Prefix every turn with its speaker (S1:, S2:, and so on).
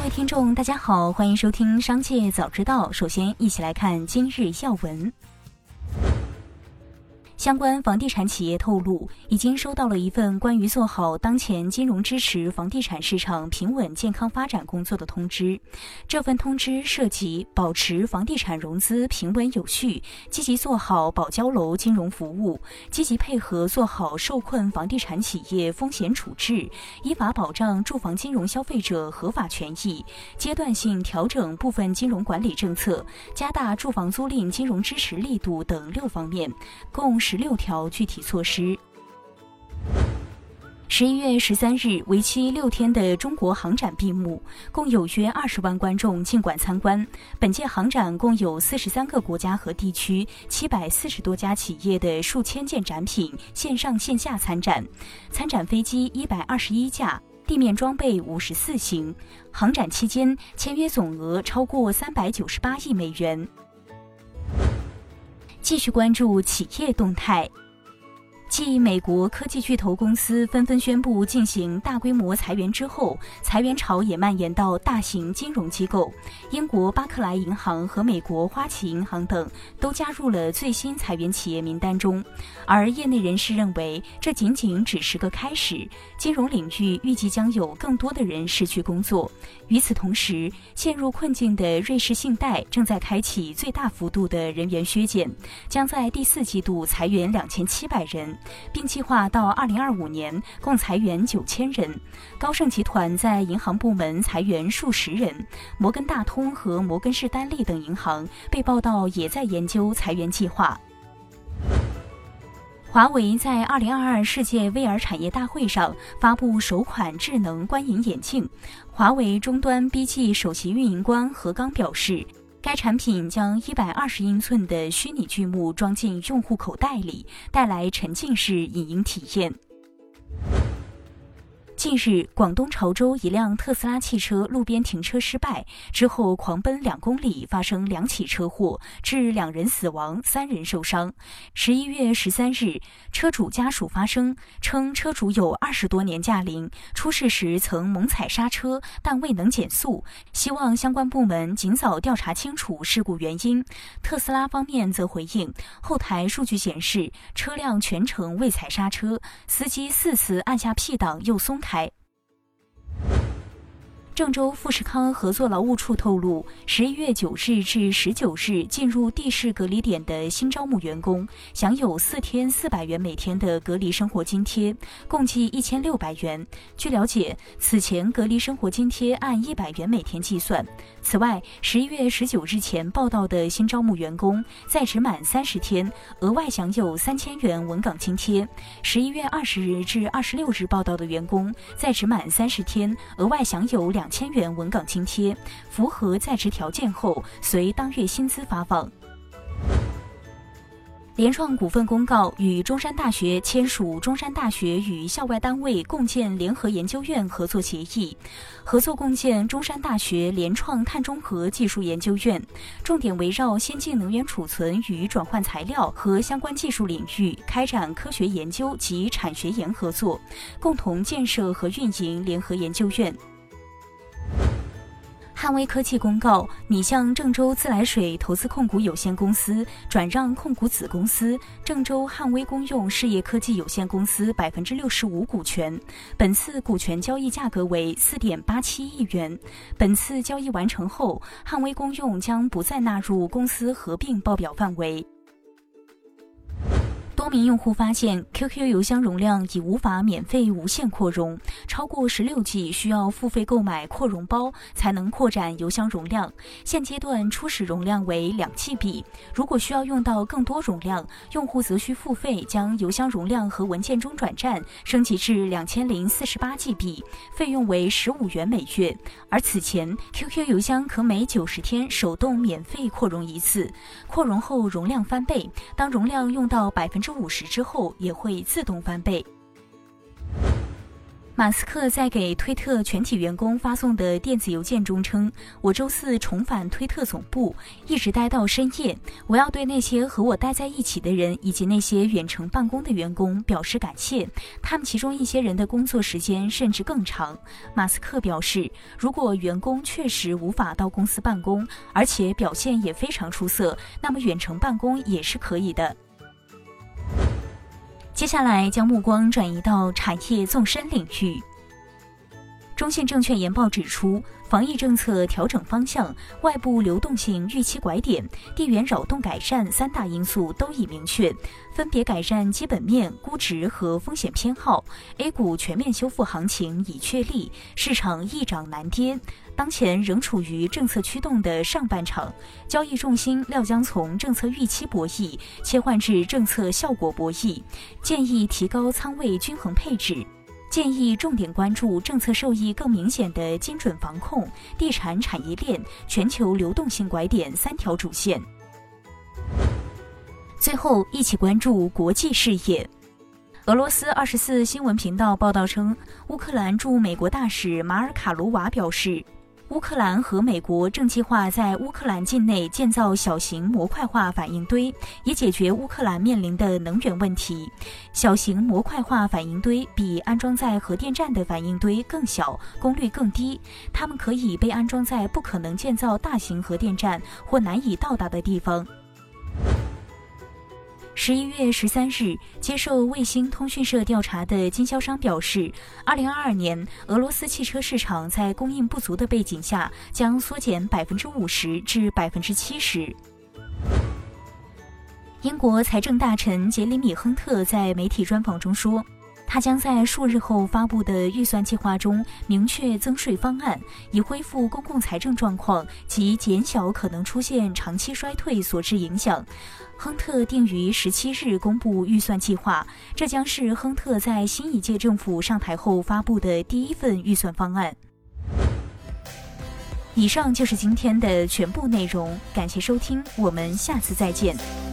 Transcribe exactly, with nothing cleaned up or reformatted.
S1: 位听众大家好，欢迎收听商界早知道。首先一起来看今日要闻。相关房地产企业透露，已经收到了一份关于做好当前金融支持房地产市场平稳健康发展工作的通知。这份通知涉及保持房地产融资平稳有序，积极做好保交楼金融服务，积极配合做好受困房地产企业风险处置，依法保障住房金融消费者合法权益，阶段性调整部分金融管理政策，加大住房租赁金融支持力度等六方面，共十六条具体措施。十一月十三日，为期六天的中国航展闭幕，共有约二十万观众进馆参观。本届航展共有四十三个国家和地区、七百四十多家企业的数千件展品线上线下参展，参展飞机一百二十一架。地面装备五十四型。航展期间，签约总额超过三百九十八亿美元。继续关注企业动态。继美国科技巨头公司纷纷宣布进行大规模裁员之后，裁员潮也蔓延到大型金融机构。英国巴克莱银行和美国花旗银行等都加入了最新裁员企业名单中。而业内人士认为，这仅仅只是个开始，金融领域预计将有更多的人失去工作。与此同时，陷入困境的瑞士信贷正在开启最大幅度的人员削减，将在第四季度裁员两千七百人，并计划到二零二五年共裁员九千人。高盛集团在银行部门裁员数十人，摩根大通和摩根士丹利等银行被报道也在研究裁员计划。华为在二零二二世界 V R 产业大会上发布首款智能观影眼镜。华为终端 B G 首席运营官何刚表示，该产品将一百二十英寸的虚拟巨幕装进用户口袋里，带来沉浸式影音体验。近日，广东潮州一辆特斯拉汽车路边停车失败，之后狂奔两公里，发生两起车祸，致两人死亡，三人受伤。十一月十三日，车主家属发声称，车主有二十多年驾龄，出事时曾猛踩刹车，但未能减速，希望相关部门尽早调查清楚事故原因。特斯拉方面则回应，后台数据显示，车辆全程未踩刹车，司机四次按下 P 档又松开。郑州富士康合作劳务处透露，十一月九日至十九日进入地市隔离点的新招募员工享有四天四百元每天的隔离生活津贴，共计一千六百元。据了解，此前隔离生活津贴按一百元每天计算。此外，十一月十九日前报到的新招募员工在职满三十天，额外享有三千元稳岗津贴。十一月二十日至二十六日报到的员工在职满三十天，额外享有两千元稳岗津贴，符合在职条件后随当月薪资发放。联创股份公告与中山大学签署中山大学与校外单位共建联合研究院合作协议，合作共建中山大学联创碳中和技术研究院，重点围绕先进能源储存与转换材料和相关技术领域开展科学研究及产学研合作，共同建设和运营联合研究院。汉威科技公告拟向郑州自来水投资控股有限公司转让控股子公司郑州汉威公用事业科技有限公司百分之六十五股权，本次股权交易价格为四点八七亿元。本次交易完成后，汉威公用将不再纳入公司合并报表范围。多名用户发现 Q Q 邮箱容量已无法免费无限扩容，超过十六 G 需要付费购买扩容包才能扩展邮箱容量。现阶段初始容量为两 G B， 如果需要用到更多容量，用户则需付费将邮箱容量和文件中转站升级至两千零四十八 G B， 费用为十五元每月。而此前 Q Q 邮箱可每九十天手动免费扩容一次，扩容后容量翻倍，当容量用到百分之五十之后也会自动翻倍。 马斯克在给推特全体员工发送的电子邮件中称，我周四重返推特总部，一直待到深夜。我要对那些和我待在一起的人以及那些远程办公的员工表示感谢，他们其中一些人的工作时间甚至更长。马斯克表示，如果员工确实无法到公司办公，而且表现也非常出色，那么远程办公也是可以的。接下来将目光转移到产业纵深领域。中信证券研报指出，防疫政策调整方向、外部流动性预期拐点、地缘扰动改善三大因素都已明确，分别改善基本面、估值和风险偏好。A 股全面修复行情已确立，市场易涨难跌。当前仍处于政策驱动的上半场，交易重心料将从政策预期博弈切换至政策效果博弈，建议提高仓位均衡配置。建议重点关注政策受益更明显的精准防控、地产产业链、全球流动性拐点三条主线。最后，一起关注国际事业。俄罗斯二十四新闻频道报道称，乌克兰驻美国大使马尔卡罗娃表示，乌克兰和美国正计划在乌克兰境内建造小型模块化反应堆，以解决乌克兰面临的能源问题。小型模块化反应堆比安装在核电站的反应堆更小，功率更低，它们可以被安装在不可能建造大型核电站或难以到达的地方。十一月十三日，接受卫星通讯社调查的经销商表示，二零二二年俄罗斯汽车市场在供应不足的背景下，将缩减百分之五十至百分之七十。英国财政大臣杰里米·亨特在媒体专访中说，他将在数日后发布的预算计划中明确增税方案，以恢复公共财政状况及减小可能出现长期衰退所致影响。亨特定于十七日公布预算计划，这将是亨特在新一届政府上台后发布的第一份预算方案。以上就是今天的全部内容，感谢收听，我们下次再见。